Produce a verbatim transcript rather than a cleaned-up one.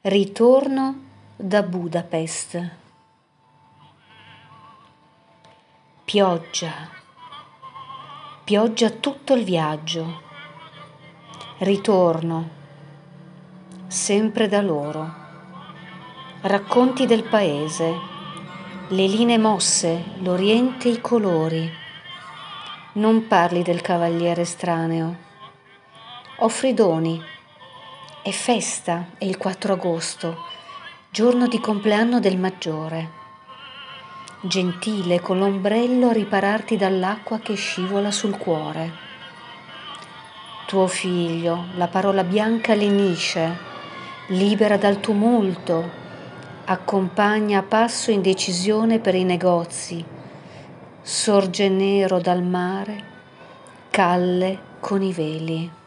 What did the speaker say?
Ritorno da Budapest. Pioggia, pioggia tutto il viaggio. Ritorno, sempre da loro. Racconti del paese, le linee mosse, l'oriente, i colori. Non parli del cavaliere estraneo. Offri doni. È festa, è il quattro agosto, giorno di compleanno del maggiore. Gentile con l'ombrello a ripararti dall'acqua che scivola sul cuore. Tuo figlio, la parola bianca lenisce, libera dal tumulto, accompagna a passo in decisione per i negozi, sorge nero dal mare, calle con i veli.